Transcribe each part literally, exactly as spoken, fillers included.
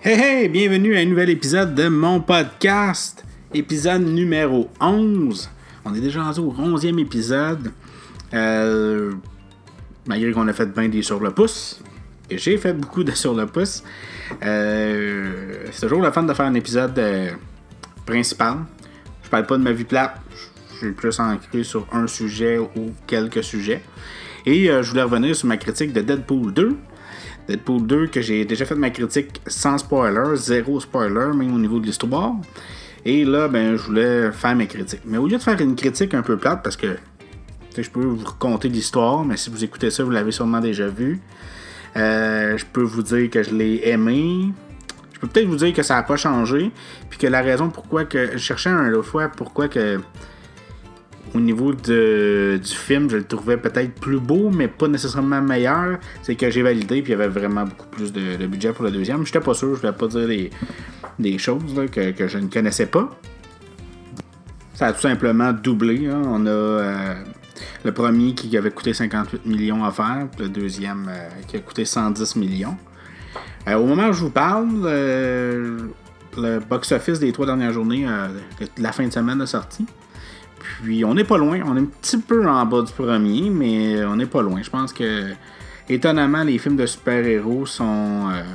Hey hey, bienvenue à un nouvel épisode de mon podcast, épisode numéro onze. On est déjà rendu au onzième épisode, euh, malgré qu'on a fait bien des sur le pouce, et j'ai fait beaucoup de sur le pouce. Euh, c'est toujours le fun de faire un épisode euh, principal. Je parle pas de ma vie plate, je suis plus ancré sur un sujet ou quelques sujets. Et euh, je voulais revenir sur ma critique de Deadpool deux. Deadpool deux, que j'ai déjà fait ma critique sans spoiler, zéro spoiler, même au niveau de l'histoire. Et là, ben, je voulais faire mes critiques. Mais au lieu de faire une critique un peu plate, parce que je peux vous raconter l'histoire, mais si vous écoutez ça, vous l'avez sûrement déjà vu. Euh, je peux vous dire que je l'ai aimé. Je peux peut-être vous dire que ça n'a pas changé. Puis que la raison pourquoi que. Je cherchais un autre fois pourquoi que. Au niveau de, du film, je le trouvais peut-être plus beau, mais pas nécessairement meilleur. C'est que j'ai validé, puis il y avait vraiment beaucoup plus de, de budget pour le deuxième. J'étais pas sûr, je voulais pas dire des, des choses là, que, que je ne connaissais pas. Ça a tout simplement doublé. Hein. On a euh, le premier qui avait coûté cinquante-huit millions à faire, puis le deuxième euh, qui a coûté cent dix millions. Euh, au moment où je vous parle, euh, le box-office des trois dernières journées, euh, la fin de semaine a sorti. Puis on n'est pas loin, on est un petit peu en bas du premier, mais on n'est pas loin. Je pense que, étonnamment, les films de super-héros sont, euh,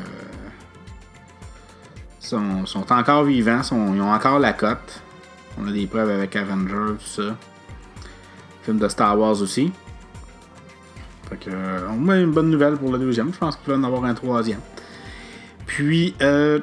sont, sont encore vivants, sont, ils ont encore la cote. On a des preuves avec Avengers, tout ça. Film de Star Wars aussi. Fait que, euh, on met une bonne nouvelle pour le deuxième. Je pense qu'il va en avoir un troisième. Puis, euh...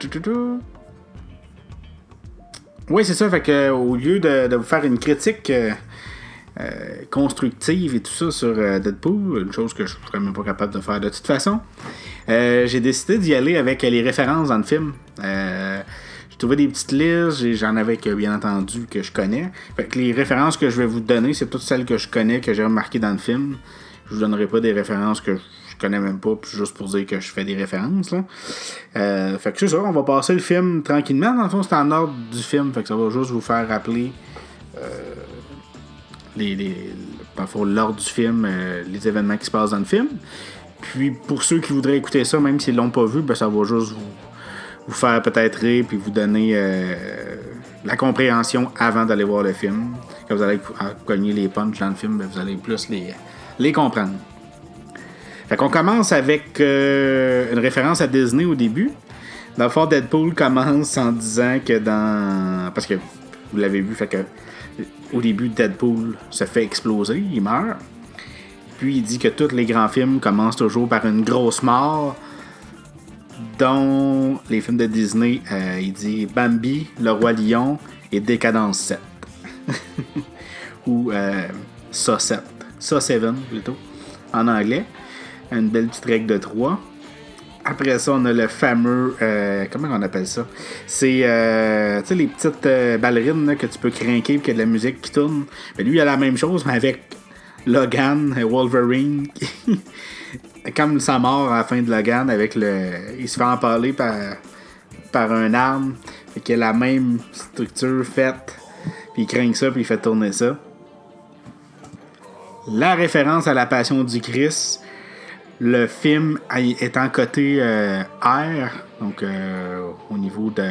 oui, c'est ça. Fait que au lieu de, de vous faire une critique euh, euh, constructive et tout ça sur euh, Deadpool, une chose que je ne serais même pas capable de faire de toute façon, euh, j'ai décidé d'y aller avec les références dans le film. Euh, j'ai trouvé des petites listes, j'en avais que, bien entendu que je connais. Fait que les références que je vais vous donner, c'est toutes celles que je connais, que j'ai remarquées dans le film. Je vous donnerai pas des références que je connais même pas, puis juste pour dire que je fais des références. Là. Euh, fait que c'est ça, on va passer le film tranquillement. Dans le fond, c'est en ordre du film, fait que ça va juste vous faire rappeler euh, les, les, parfois l'ordre du film, euh, les événements qui se passent dans le film. Puis pour ceux qui voudraient écouter ça, même s'ils l'ont pas vu, ben, ça va juste vous, vous faire peut-être rire, puis vous donner euh, la compréhension avant d'aller voir le film. Quand vous allez cogner les punchs dans le film, ben, vous allez plus les, les comprendre. Fait qu'on commence avec euh, une référence à Disney au début. Dans le fond, Deadpool commence en disant que dans... Parce que vous l'avez vu, fait que au début, Deadpool se fait exploser, il meurt. Puis il dit que tous les grands films commencent toujours par une grosse mort, dont les films de Disney, euh, il dit Bambi, Le Roi Lion et Décadence sept. Ou euh, Saw sept. Saw sept, plutôt, en anglais. Une belle petite règle de trois. Après ça, on a le fameux... Euh, comment on appelle ça? C'est euh, tu sais, les petites euh, ballerines là, que tu peux craquer et qu'il y a de la musique qui tourne. Mais lui, il a la même chose, mais avec Logan et Wolverine. Comme sa mort à la fin de Logan, avec le... il se fait empaler par, par un arme. Fait qu'il a la même structure faite. Puis il craint ça, puis il fait tourner ça. La référence à la Passion du Christ... Le film étant coté euh, R, donc euh, au niveau de...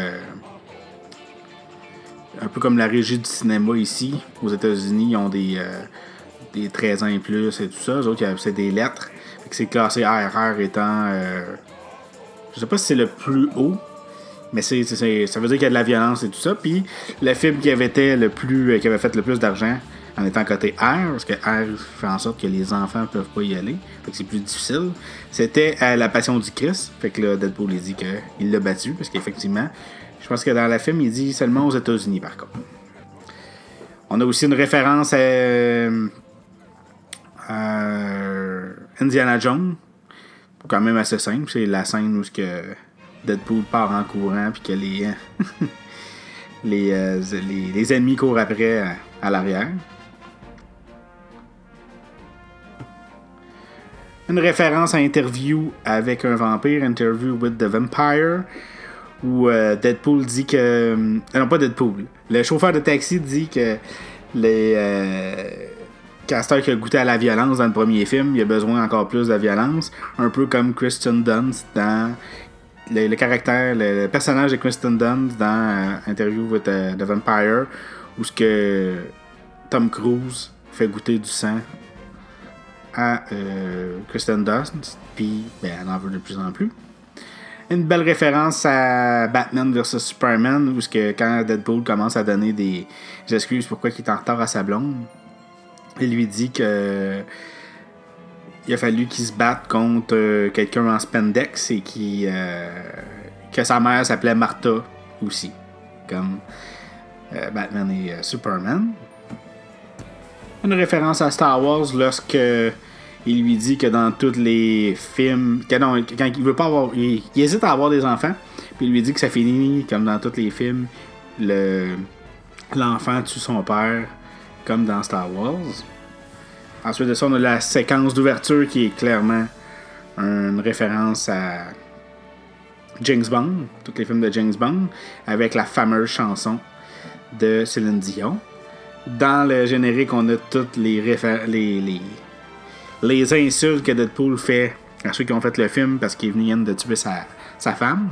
Un peu comme la régie du cinéma ici, aux États-Unis, ils ont des, euh, des treize ans et plus et tout ça. Eux autres, c'est des lettres. Fait que c'est classé R, R étant... Euh, je sais pas si c'est le plus haut, mais c'est, c'est, ça veut dire qu'il y a de la violence et tout ça. Puis le film qui avait, été le plus, qui avait fait le plus d'argent, en étant côté R, parce que R fait en sorte que les enfants ne peuvent pas y aller, fait que c'est plus difficile, c'était euh, La Passion du Christ. Fait que là, Deadpool il dit qu'il l'a battu, parce qu'effectivement, je pense que dans le film, il dit seulement aux États-Unis, par contre. On a aussi une référence à, à Indiana Jones, quand même assez simple, c'est la scène où que Deadpool part en courant, puis que les, les, euh, les, les ennemis courent après à, à l'arrière. Une référence à Interview avec un vampire, Interview with the Vampire, où euh, Deadpool dit que... Euh, non, pas Deadpool. Le chauffeur de taxi dit que les... Euh, Castor qui a goûté à la violence dans le premier film, il a besoin encore plus de violence. Un peu comme Kristen Dunst dans le, le caractère, le, le personnage de Kristen Dunst dans euh, Interview with the, the Vampire, où ce que Tom Cruise fait goûter du sang à euh, Kristen Dunst, puis ben, elle en veut de plus en plus. Une belle référence à Batman versus Superman, où ce que quand Deadpool commence à donner des excuses pourquoi il est en retard à sa blonde, il lui dit que il a fallu qu'il se batte contre euh, quelqu'un en spandex et qui, euh, que sa mère s'appelait Martha aussi, comme euh, Batman et euh, Superman. Une référence à Star Wars lorsque il lui dit que dans tous les films, que non, quand il veut pas avoir, il, il hésite à avoir des enfants, puis il lui dit que ça finit comme dans tous les films, le l'enfant tue son père, comme dans Star Wars. Ensuite de ça, on a la séquence d'ouverture qui est clairement une référence à James Bond, tous les films de James Bond, avec la fameuse chanson de Céline Dion. Dans le générique, on a toutes les, réfé- les, les, les insultes que Deadpool fait à ceux qui ont fait le film parce qu'il est venu de tuer sa, sa femme.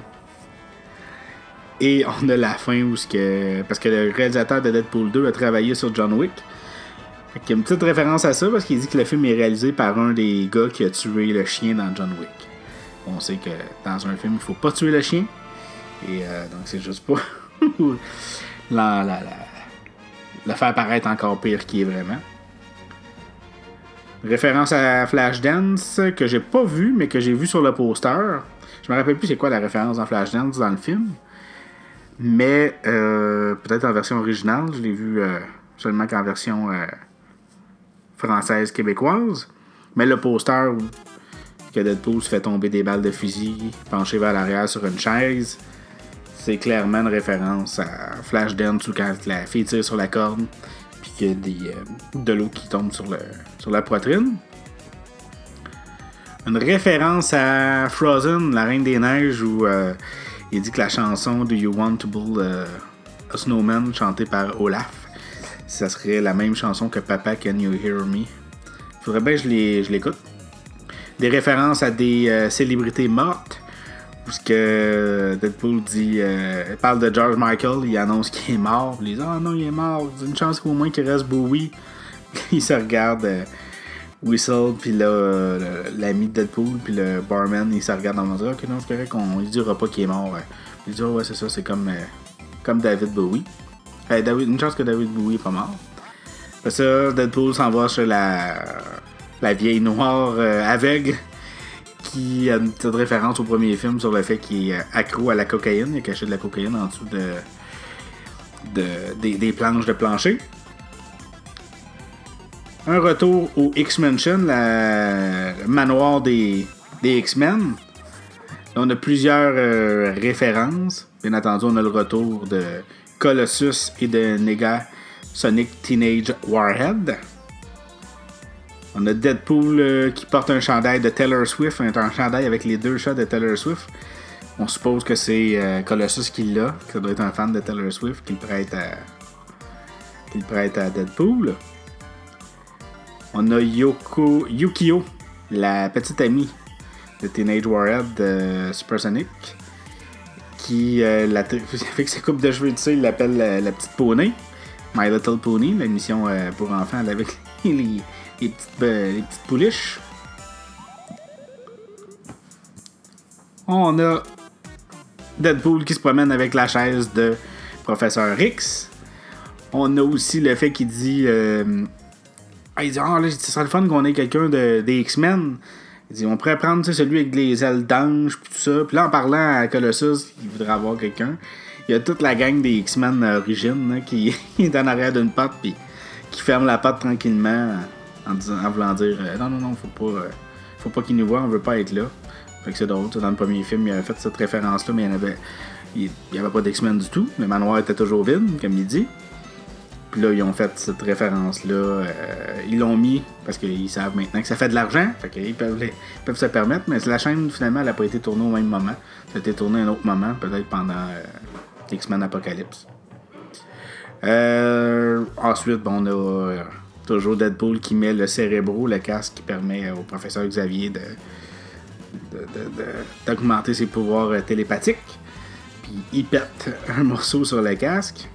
Et on a la fin où ce que, parce que le réalisateur de Deadpool deux a travaillé sur John Wick. Il y a une petite référence à ça parce qu'il dit que le film est réalisé par un des gars qui a tué le chien dans John Wick. On sait que dans un film, il ne faut pas tuer le chien. Et euh, donc c'est juste pour la, la, la, la faire paraître encore pire qu'il est vraiment. Référence à Flashdance que j'ai pas vu, mais que j'ai vu sur le poster. Je me rappelle plus c'est quoi la référence dans Flashdance dans le film. Mais euh, peut-être en version originale. Je l'ai vu euh, seulement qu'en version euh, française québécoise. Mais le poster où que Deadpool se fait tomber des balles de fusil penché vers l'arrière sur une chaise, c'est clairement une référence à Flashdance où quand la fille tire sur la corde puis qu'il y a des, euh, de l'eau qui tombe sur, le, sur la poitrine. Une référence à Frozen, la Reine des Neiges, où euh, il dit que la chanson Do You Want to Build a Snowman, chantée par Olaf, ça serait la même chanson que Papa Can You Hear Me. Faudrait bien que je, les, je l'écoute. Des références à des euh, célébrités mortes, où ce que Deadpool dit, euh, il parle de George Michael, il annonce qu'il est mort. Il dit ah oh non, il est mort, il y a une chance qu'au moins qu'il reste Bowie. Il se regarde euh, Whistle, puis là, euh, l'ami de Deadpool, puis le barman, il se regarde dans le monde, ok, non, c'est correct, on ne dira pas qu'il est mort. Ouais. Il dit, oh, ouais, c'est ça, c'est comme, euh, comme David Bowie. Euh, David, une chance que David Bowie est pas mort. Après ça, Deadpool s'en va sur la, la vieille noire euh, aveugle, qui a une petite référence au premier film sur le fait qu'il est accro à la cocaïne. Il a caché de la cocaïne en dessous de, de, des, des planches de plancher. Un retour au X-Mansion, la, le manoir des, des X-Men. Là, on a plusieurs euh, références. Bien entendu, on a le retour de Colossus et de Nega Sonic Teenage Warhead. On a Deadpool euh, qui porte un chandail de Taylor Swift, un chandail avec les deux chats de Taylor Swift. On suppose que c'est euh, Colossus qui l'a, que ça doit être un fan de Taylor Swift qui le prête à, qui le prête à Deadpool. On a Yoko, Yukio, la petite amie de Teenage Warhead de Supersonic, qui, euh, la, avec ses coupes de cheveux, tu sais, il l'appelle la, la petite poney, My Little Pony, l'émission euh, pour enfants avec les, les, les, petites, euh, les petites pouliches. On a Deadpool qui se promène avec la chaise de Professeur X. On a aussi le fait qu'il dit... Euh, Ah, il dit, ah, là, c'est ça le fun qu'on ait quelqu'un de, des X-Men. Il dit, on pourrait prendre celui avec les ailes d'ange, puis tout ça. Puis là, en parlant à Colossus, il voudrait avoir quelqu'un. Il y a toute la gang des X-Men d'origine là, qui est en arrière d'une porte, puis qui ferme la porte tranquillement en, disant, en voulant dire, non, non, non, faut pas, euh, faut pas qu'il nous voit, on veut pas être là. Fait que c'est drôle. Dans le premier film, il avait fait cette référence-là, mais il n'y avait, il, il avait pas d'X-Men du tout. Le manoir était toujours vide, comme il dit. Puis là, ils ont fait cette référence-là. Euh, ils l'ont mis parce qu'ils savent maintenant que ça fait de l'argent. Fait qu'ils peuvent, les, peuvent se permettre. Mais la chaîne, finalement, elle n'a pas été tournée au même moment. Ça a été tourné à un autre moment, peut-être pendant euh, X-Men Apocalypse. Euh, ensuite, bon, on a euh, toujours Deadpool qui met le Cérébro, le casque qui permet au professeur Xavier de, de, de, de, d'augmenter ses pouvoirs euh, télépathiques. Puis il pète un morceau sur le casque.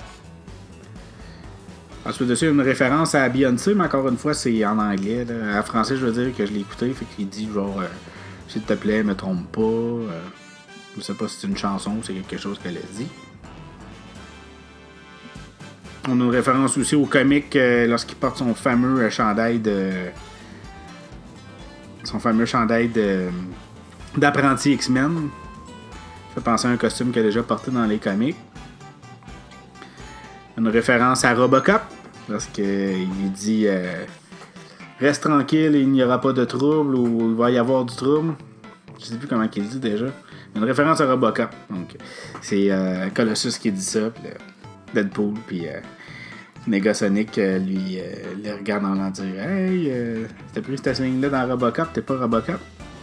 Ensuite dessus, il y a une référence à Beyoncé, mais encore une fois, c'est en anglais. Là. En français, je veux dire que je l'ai écouté, fait qu'il dit genre euh, s'il te plaît, me trompe pas. Euh, je sais pas si c'est une chanson ou c'est quelque chose qu'elle a dit. On a une référence aussi au comique euh, lorsqu'il porte son fameux euh, chandail de. Son fameux chandail de. D'apprenti X-Men. Ça fait penser à un costume qu'il a déjà porté dans les comics. Une référence à Robocop. Lorsqu'il lui dit euh, reste tranquille, il n'y aura pas de trouble ou il va y avoir du trouble. Je sais plus comment il dit déjà. Une référence à Robocop. Donc, c'est euh, Colossus qui dit ça. Puis Deadpool. Puis euh, Negasonic euh, lui euh, le regarde en l'en dire hey, euh, t'as pris cette ligne-là dans Robocop, t'es pas Robocop.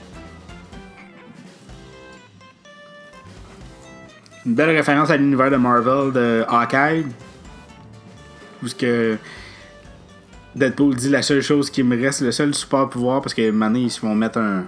Une belle référence à l'univers de Marvel de Hawkeye. Où ce que Deadpool dit la seule chose qui me reste, le seul super pouvoir, parce que maintenant ils se vont mettre un.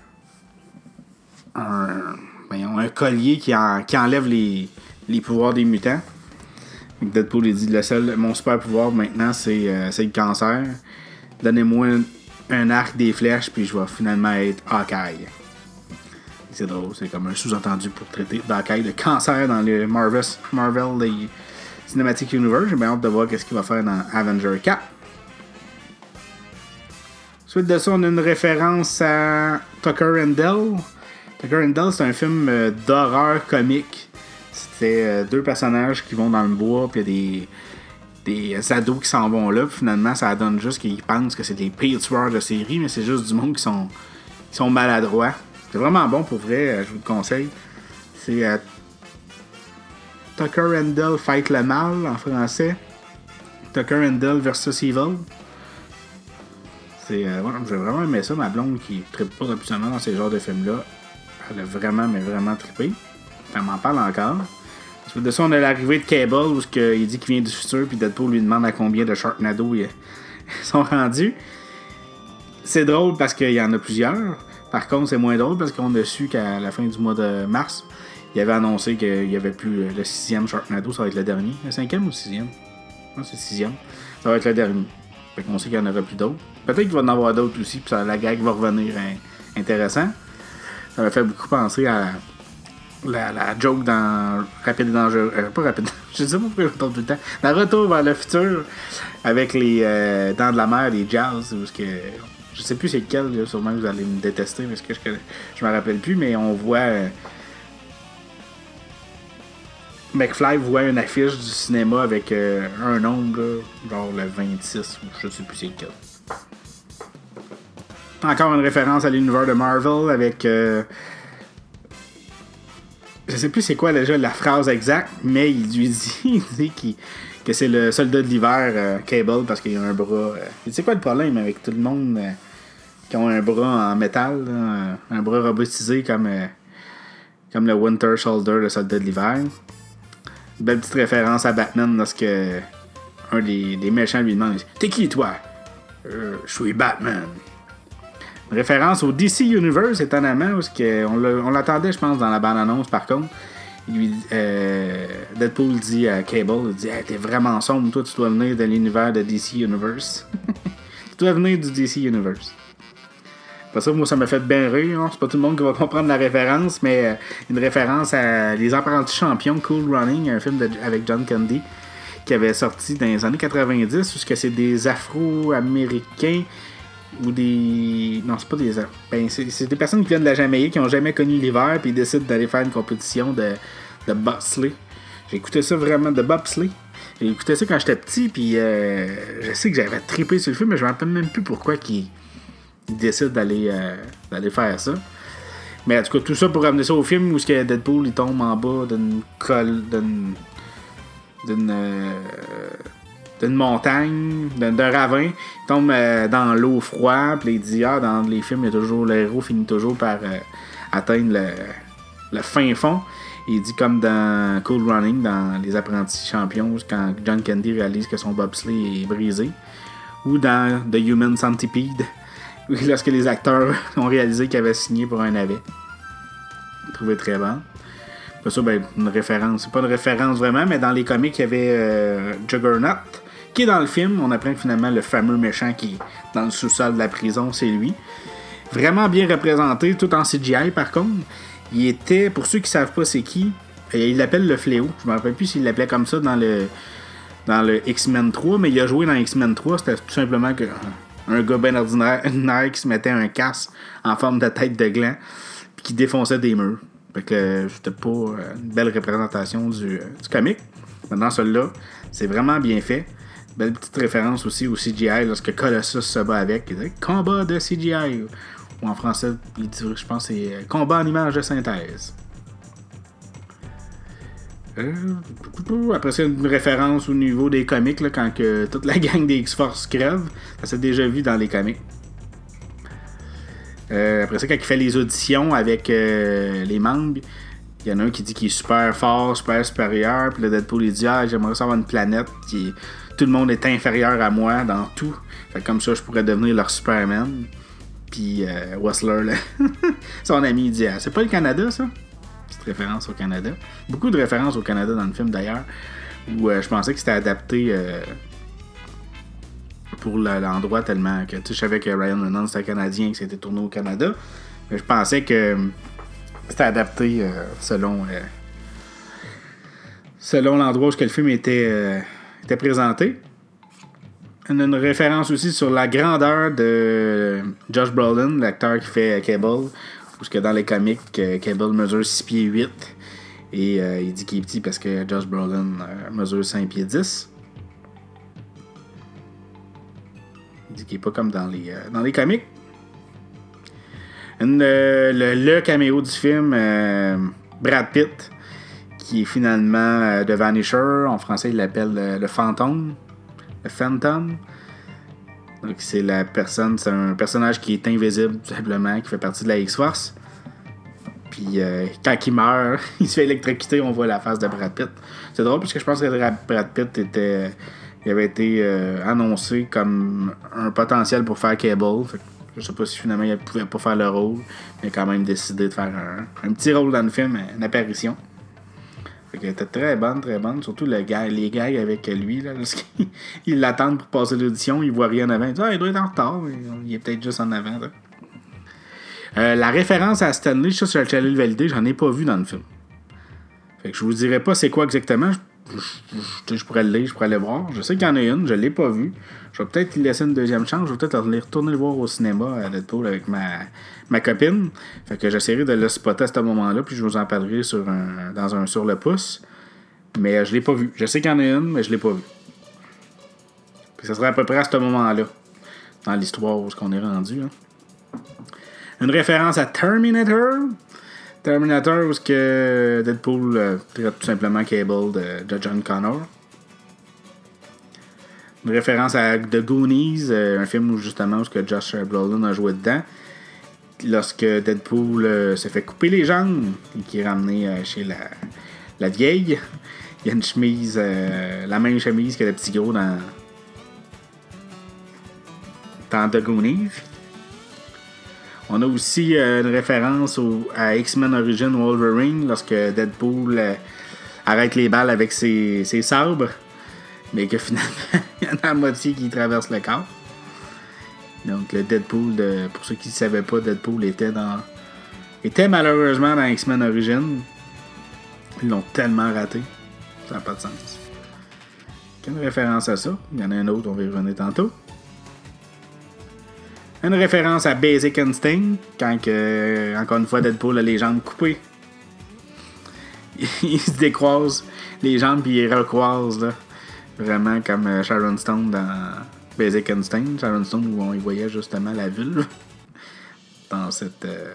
un. Voyons, un collier qui, en, qui enlève les, les pouvoirs des mutants. Donc Deadpool il dit le seul, mon super pouvoir maintenant c'est, euh, c'est le cancer. Donnez-moi un, un arc, des flèches, puis je vais finalement être Hawkeye. C'est drôle, c'est comme un sous-entendu pour traiter d'Hawkeye de cancer dans le Marvel, Marvel les Cinematic Universe. J'ai bien hâte de voir ce qu'il va faire dans Avenger quatre. Suite de ça, on a une référence à Tucker and Dale. Tucker and Dale, c'est un film euh, d'horreur comique. C'était euh, deux personnages qui vont dans le bois, puis il y a des, des ados qui s'en vont là. Puis finalement, ça donne juste qu'ils pensent que c'est des pires tueurs de série, mais c'est juste du monde qui sont, qui sont maladroits. C'est vraiment bon pour vrai, euh, je vous le conseille. C'est euh, Tucker and Dale Fight le mal en français. Tucker and Dale versus Evil. C'est, euh, ouais, j'ai vraiment aimé ça. Ma blonde qui trippe pas absolument dans ces genres de films-là, elle a vraiment, mais vraiment trippé. Elle m'en parle encore. Ensuite de ça, on a l'arrivée de Cable où il dit qu'il vient du futur, puis Deadpool lui demande à combien de Sharknado ils sont rendus. C'est drôle parce qu'il y en a plusieurs. Par contre, c'est moins drôle parce qu'on a su qu'à la fin du mois de mars, il avait annoncé qu'il n'y avait plus le sixième Sharknado, ça va être le dernier. Le cinquième ou le sixième? Non, c'est le sixième. Ça va être le dernier. Fait qu'on sait qu'il n'y en aura plus d'autres. Peut-être qu'il va en avoir d'autres aussi, puis ça, la gag va revenir hein, intéressant. Ça m'a fait beaucoup penser à la, la joke dans Rapide et Dangereux. Euh, pas Rapide, je sais pas pourquoi je parle tout le temps. Dans Retour vers le futur, avec les euh, Dents de la mer, les Jazz, où que. Je sais plus c'est lequel, là, sûrement vous allez me détester parce que je, je me rappelle plus, mais on voit euh, McFly voit une affiche du cinéma avec euh, un nombre, là, genre le vingt-six, ou je sais plus c'est lequel. Encore une référence à l'univers de Marvel avec euh, je sais plus c'est quoi déjà la phrase exacte, mais il lui dit, il dit qu'il que c'est le soldat de l'hiver, euh, Cable, parce qu'il a un bras. Euh... C'est quoi le problème avec tout le monde euh, qui ont un bras en métal, là, un bras robotisé comme, euh, comme le Winter Soldier, le soldat de l'hiver. Une belle petite référence à Batman lorsque un des, des méchants lui demande t'es qui toi? Euh, je suis Batman. Une référence au D C Universe, étonnamment, parce qu'on on l'attendait, je pense, dans la bande-annonce par contre. Il lui, euh, Deadpool dit à Cable, il dit hey, t'es vraiment sombre, toi tu dois venir de l'univers de D C Universe. Tu dois venir du D C Universe. Pas ça, moi ça m'a fait bien rire, hein? C'est pas tout le monde qui va comprendre la référence, mais euh, une référence à Les Apprentis Champions, Cool Running, un film de, avec John Candy qui avait sorti dans les années quatre-vingt-dix, où c'est des Afro-Américains ou des. Non, c'est pas des. Ben, c'est, c'est des personnes qui viennent de la Jamaïque, qui ont jamais connu l'hiver, puis ils décident d'aller faire une compétition de, de bobsleigh. J'ai écouté ça vraiment, de bobsleigh. J'ai écouté ça quand j'étais petit, puis euh, je sais que j'avais trippé sur le film, mais je me rappelle même plus pourquoi ils, ils décident d'aller, euh, d'aller faire ça. Mais en tout cas, tout ça pour ramener ça au film où Deadpool il tombe en bas d'une colle, d'une. d'une. Euh, d'une montagne, d'un, d'un ravin, il tombe euh, dans l'eau froide, puis il dit ah, dans les films, il y a toujours, le héros finit toujours par euh, atteindre le, le fin fond. Il dit comme dans Cool Running, dans Les Apprentis Champions, quand John Candy réalise que son bobsleigh est brisé, ou dans The Human Centipede, lorsque les acteurs ont réalisé qu'ils avaient signé pour un navet. J'ai trouvé très bon. Pas ça, ben, une référence. C'est pas une référence vraiment, mais dans les comics, il y avait euh, Juggernaut, qui est dans le film. On apprend que finalement, le fameux méchant qui est dans le sous-sol de la prison, c'est lui. Vraiment bien représenté, tout en C G I par contre. Il était, pour ceux qui savent pas c'est qui, il l'appelle le Fléau. Je me rappelle plus s'il l'appelait comme ça dans le dans le X-Men trois, mais il a joué dans X-Men trois. C'était tout simplement que un gars ben ordinaire, ordinaire qui se mettait un casque en forme de tête de gland puis qui défonçait des murs. Fait que euh, c'était pas euh, une belle représentation du, euh, du comic. Maintenant, celui-là, c'est vraiment bien fait. Belle petite référence aussi au C G I lorsque Colossus se bat avec. Il dit combat de C G I. Ou en français, il dit, je pense, c'est euh, combat en image de synthèse. Euh, après ça, une référence au niveau des comics, là, quand que toute la gang des X-Force crève. Ça s'est déjà vu dans les comics. Euh, après ça, quand il fait les auditions avec euh, les membres, il y en a un qui dit qu'il est super fort, super supérieur. Puis le Deadpool, il dit ah, j'aimerais savoir une planète qui tout le monde est inférieur à moi dans tout. Fait que comme ça, je pourrais devenir leur Superman. Puis euh, Whistler, là, son ami, il dit ah, c'est pas le Canada, ça? Petite référence au Canada. Beaucoup de références au Canada dans le film d'ailleurs, où euh, je pensais que c'était adapté euh, pour l'endroit tellement que tu sais, je savais que Ryan Reynolds était canadien et que c'était tourné au Canada. Mais je pensais que c'était adapté euh, selon euh, selon l'endroit où que le film était, euh, était présenté. On a une référence aussi sur la grandeur de Josh Brolin, l'acteur qui fait Cable. Parce que dans les comics, Cable mesure six pieds huit. Et euh, il dit qu'il est petit parce que Josh Brolin euh, mesure cinq pieds dix. Il dit qu'il n'est pas comme dans les, euh, dans les comics. Une, euh, le, le caméo du film, euh, Brad Pitt, qui est finalement euh, The Vanisher. En français, il l'appelle euh, le fantôme. Le Phantom. Donc, c'est la personne, c'est un personnage qui est invisible, tout simplement, qui fait partie de la X-Force. Puis, euh, quand il meurt, il se fait électrocuter, on voit la face de Brad Pitt. C'est drôle parce que je pense que Brad Pitt était, il avait été euh, annoncé comme un potentiel pour faire Cable. Fait que je sais pas si finalement il pouvait pas faire le rôle, mais il a quand même décidé de faire un, un petit rôle dans le film, une apparition. Fait qu'elle était très bonne, très bonne. Surtout le gars, les gars avec lui, là, ils l'attendent pour passer l'audition, ils voient rien en avant. Ils disent ah, il doit être en retard, il est peut-être juste en avant. Là. Euh, la référence à Stanley, je sais si j'allais le valider, j'en ai pas vu dans le film. Fait que je vous dirais pas c'est quoi exactement. Je, je, je, je pourrais le lire, je pourrais le voir. Je sais qu'il y en a une, je l'ai pas vu. Je vais peut-être lui laisser une deuxième chance. Je vais peut-être aller retourner le voir au cinéma à Deadpool avec ma, ma copine. Fait que j'essaierai de le spotter à ce moment-là, puis je vous en parlerai sur un, dans un sur le pouce. Mais je l'ai pas vu. Je sais qu'il y en a une, mais je l'ai pas vu. Puis ça serait à peu près à ce moment-là, dans l'histoire où on est rendu. Hein. Une référence à Terminator. Terminator, où que Deadpool euh, traite tout simplement Cable de, de John Connor. Une référence à The Goonies, euh, un film où justement où que Josh Brolin a joué dedans. Lorsque Deadpool euh, se fait couper les jambes et qui est ramené euh, chez la, la vieille, il y a une chemise, euh, la même chemise que le petit gros dans, dans The Goonies. On a aussi euh, une référence au, à X-Men Origins Wolverine lorsque Deadpool euh, arrête les balles avec ses, ses sabres, mais que finalement il y en a la moitié qui traverse le corps. Donc le Deadpool, de, pour ceux qui ne savaient pas, Deadpool était dans était malheureusement dans X-Men Origins. Ils l'ont tellement raté, ça n'a pas de sens. Quelle référence à ça? Il y en a un autre, on va y revenir tantôt. Une référence à Basic Instinct, quand, que, encore une fois, Deadpool a les jambes coupées. Il se décroise les jambes puis il recroise, là. Vraiment comme Sharon Stone dans Basic Instinct. Sharon Stone où on y voyait justement la vulve. Dans cette... Euh,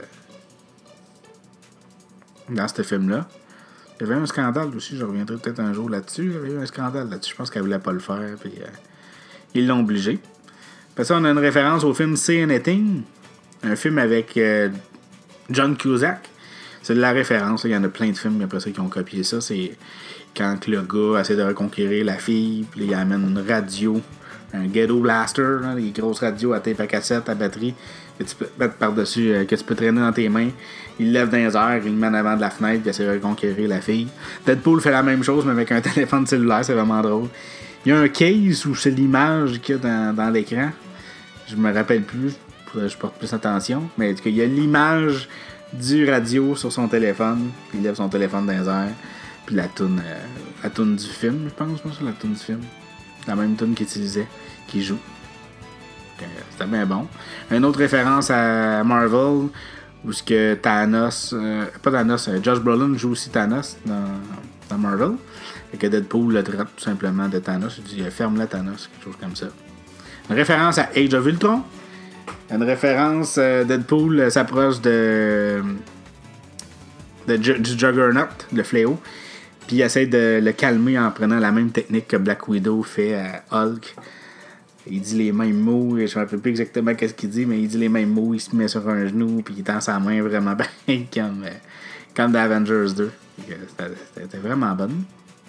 dans ce film-là. Il y avait un scandale aussi, je reviendrai peut-être un jour là-dessus. Il y avait eu un scandale là-dessus, je pense qu'elle voulait pas le faire, puis euh, ils l'ont obligé. Après ça, on a une référence au film Say Anything, un film avec euh, John Cusack. C'est de la référence. Il y en a plein de films après ça qui ont copié ça. C'est quand le gars essaie de reconquérir la fille, puis il amène une radio, un ghetto blaster, là, les grosses radios à tape à cassette, à batterie, que tu peux mettre par-dessus, euh, que tu peux traîner dans tes mains. Il le lève dans les airs, il le met en avant de la fenêtre, puis il essaie de reconquérir la fille. Deadpool fait la même chose, mais avec un téléphone cellulaire, c'est vraiment drôle. Il y a un case où c'est l'image qu'il y a dans, dans l'écran. Je me rappelle plus, je porte plus attention, mais en tout cas, il y a l'image du radio sur son téléphone, puis il lève son téléphone dans les airs, puis la toune, euh, la toune du film, je pense, moi, c'est la toune du film. La même toune qu'il utilisait, qu'il joue. Donc, euh, c'était bien bon. Une autre référence à Marvel, où ce que Thanos, euh, pas Thanos, euh, Josh Brolin joue aussi Thanos dans, dans Marvel. Et que Deadpool le traite tout simplement de Thanos. Il dit ferme-la Thanos, quelque chose comme ça. Une référence à Age of Ultron. Une référence, euh, Deadpool euh, s'approche de, de du Juggernaut, le fléau, puis il essaie de le calmer en prenant la même technique que Black Widow fait à Hulk. Il dit les mêmes mots, je ne me rappelle plus exactement qu'est-ce qu'il dit, mais il dit les mêmes mots, il se met sur un genou, puis il tend sa main vraiment bien comme, euh, comme dans Avengers deux. C'était, c'était vraiment bonne.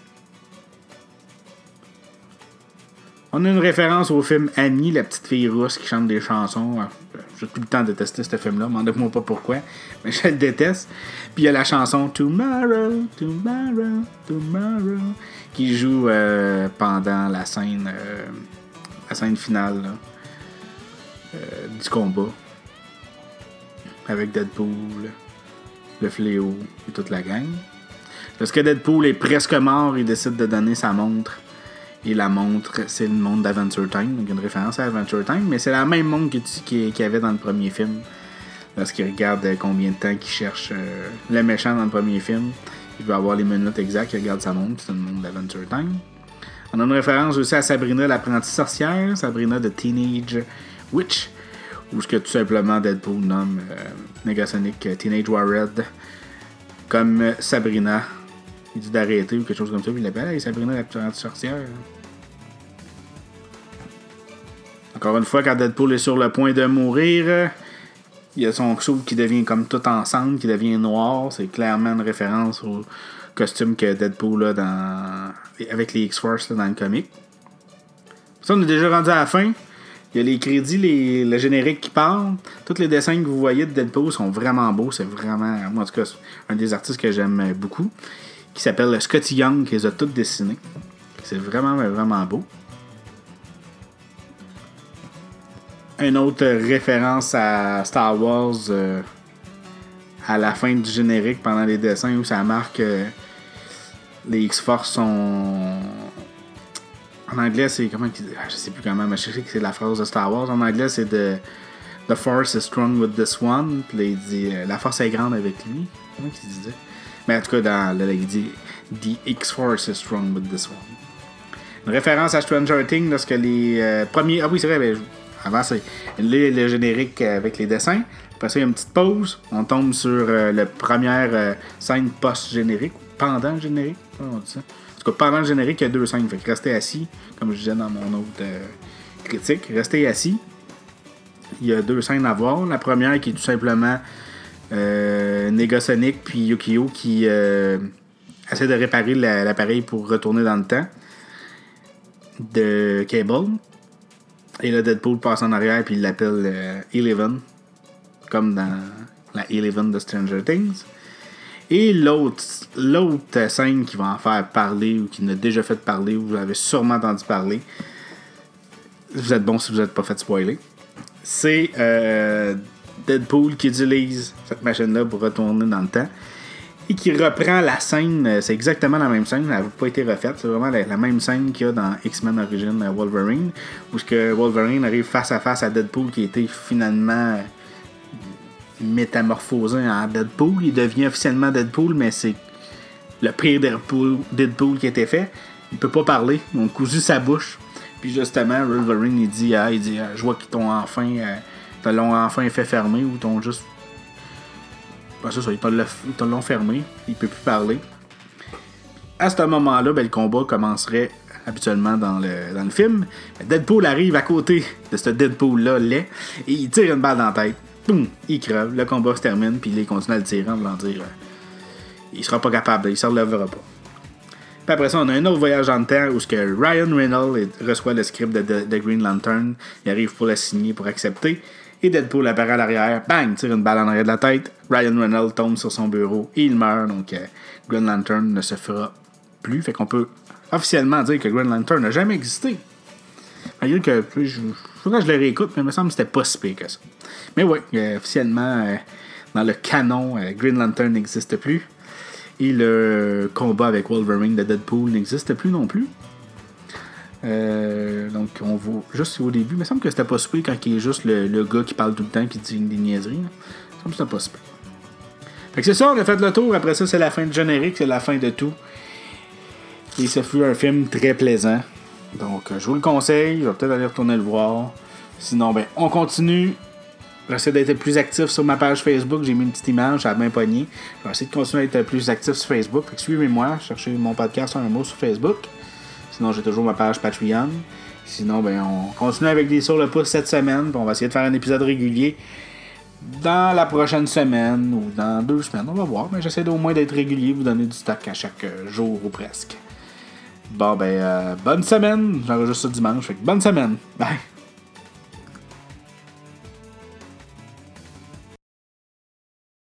On a une référence au film Annie, la petite fille rousse qui chante des chansons. J'ai tout le temps détesté ce film-là, demandez-moi pas pourquoi, mais je le déteste. Puis il y a la chanson Tomorrow, Tomorrow, Tomorrow qui joue euh, pendant la scène, euh, la scène finale là, euh, du combat avec Deadpool, le fléau et toute la gang. Lorsque Deadpool est presque mort, il décide de donner sa montre. Et la montre, c'est le monde d'Adventure Time. Donc, une référence à Adventure Time. Mais c'est la même montre qu'il y avait dans le premier film. Lorsqu'il regarde combien de temps qu'il cherche euh, le méchant dans le premier film. Il veut avoir les minutes exactes. Il regarde sa montre. C'est le monde d'Adventure Time. On a une référence aussi à Sabrina, l'apprentie sorcière. Sabrina de Teenage Witch. Ou ce que tout simplement Deadpool nomme euh, Negasonic Teenage Warhead. Comme euh, Sabrina. Il dit d'arrêter ou quelque chose comme ça. Puis il l'appelle, hey, Sabrina, l'apprentie sorcière. Encore une fois, quand Deadpool est sur le point de mourir, il y a son soude qui devient comme tout ensemble, qui devient noir. C'est clairement une référence au costume que Deadpool a dans... avec les X-Force là, dans le comic. Ça, on est déjà rendu à la fin. Il y a les crédits, les... le générique qui parle. Tous les dessins que vous voyez de Deadpool sont vraiment beaux. C'est vraiment, moi en tout cas, un des artistes que j'aime beaucoup, qui s'appelle Scotty Young, qui les a tous dessinés. C'est vraiment, vraiment beau. Une autre référence à Star Wars euh, à la fin du générique pendant les dessins où ça marque euh, les X-Force sont... En anglais, c'est comment qu'ils disent? Je sais plus comment, mais je sais que c'est la phrase de Star Wars. En anglais, c'est de The Force is strong with this one. Puis là, il dit la force est grande avec lui. Comment qu'il disait? Mais en tout cas, dans, là, il dit The X-Force is strong with this one. Une référence à Stranger Things lorsque les euh, premiers. Ah oui, c'est vrai, ben, avant, c'est le, le générique avec les dessins. Après ça, il y a une petite pause. On tombe sur euh, la première euh, scène post-générique, pendant le générique. Comment on dit ça? En tout cas, pendant le générique, il y a deux scènes. Fait que restez assis, comme je disais dans mon autre euh, critique. Restez assis. Il y a deux scènes à voir. La première qui est tout simplement euh, Negasonic puis Yukio qui euh, essaie de réparer la, l'appareil pour retourner dans le temps de Cable. Et là, Deadpool passe en arrière puis il l'appelle euh, Eleven, comme dans la Eleven de Stranger Things. Et l'autre, l'autre scène qui va en faire parler ou qui n'a déjà fait parler, ou vous avez sûrement entendu parler, vous êtes bon si vous n'êtes pas fait spoiler, c'est euh, Deadpool qui utilise cette machine-là pour retourner dans le temps et qui reprend la scène. C'est exactement la même scène, elle n'a pas été refaite, c'est vraiment la, la même scène qu'il y a dans X-Men Origins Wolverine, où que Wolverine arrive face à face à Deadpool qui a été finalement métamorphosé en Deadpool. Il devient officiellement Deadpool, mais c'est le pire Deadpool, Deadpool qui a été fait. Il peut pas parler, ils ont cousu sa bouche. Puis justement, Wolverine il dit, ah, il dit ah, je vois qu'ils t'ont enfin euh, t'ont l'ont enfin fait fermer, ou t'ont juste ben, c'est ça, ils t'ont l'ont fermé, il peut plus parler. À ce moment-là, ben, le combat commencerait habituellement dans le, dans le film. Deadpool arrive à côté de ce Deadpool-là laid et il tire une balle dans la tête. Boum, il crève, le combat se termine, puis il continue à le tirer en voulant dire euh, il sera pas capable, il se relèvera pas. Puis après ça, on a un autre voyage dans le temps où ce que Ryan Reynolds reçoit le script de, de, de Green Lantern. Il arrive pour le signer, pour accepter. Et Deadpool apparaît à l'arrière. Bang! Tire une balle en arrière de la tête. Ryan Reynolds tombe sur son bureau et il meurt. Donc euh, Green Lantern ne se fera plus. Fait qu'on peut officiellement dire que Green Lantern n'a jamais existé. Malgré que je, faudrait que je le réécoute, mais il me semble que c'était pas si pire que ça. Mais oui, euh, officiellement, euh, dans le canon, euh, Green Lantern n'existe plus. Et le combat avec Wolverine de Deadpool n'existe plus non plus. Euh, donc, on voit juste au début. Il me semble que c'était pas si pire quand il est juste le, le gars qui parle tout le temps qui dit des niaiseries. Là. Il me semble que c'était pas si pire. Fait que c'est ça, on a fait le tour. Après ça, c'est la fin du générique, c'est la fin de tout. Et ce fut un film très plaisant. Donc, je vous le conseille. Je vais peut-être aller retourner le voir. Sinon, ben, on continue. J'essaie d'être plus actif sur ma page Facebook. J'ai mis une petite image, ça a bien pogné. Je vais essayer de continuer à être plus actif sur Facebook. Fait que suivez-moi, cherchez mon podcast un mot sur Facebook. Sinon, j'ai toujours ma page Patreon. Sinon, ben, on continue avec des sur le pouce cette semaine. Puis on va essayer de faire un épisode régulier dans la prochaine semaine ou dans deux semaines. On va voir. Mais j'essaie au moins d'être régulier, vous donner du stock à chaque jour ou presque. Bon, ben, euh, bonne semaine. J'enregistre ça dimanche. Fait que bonne semaine. Bye.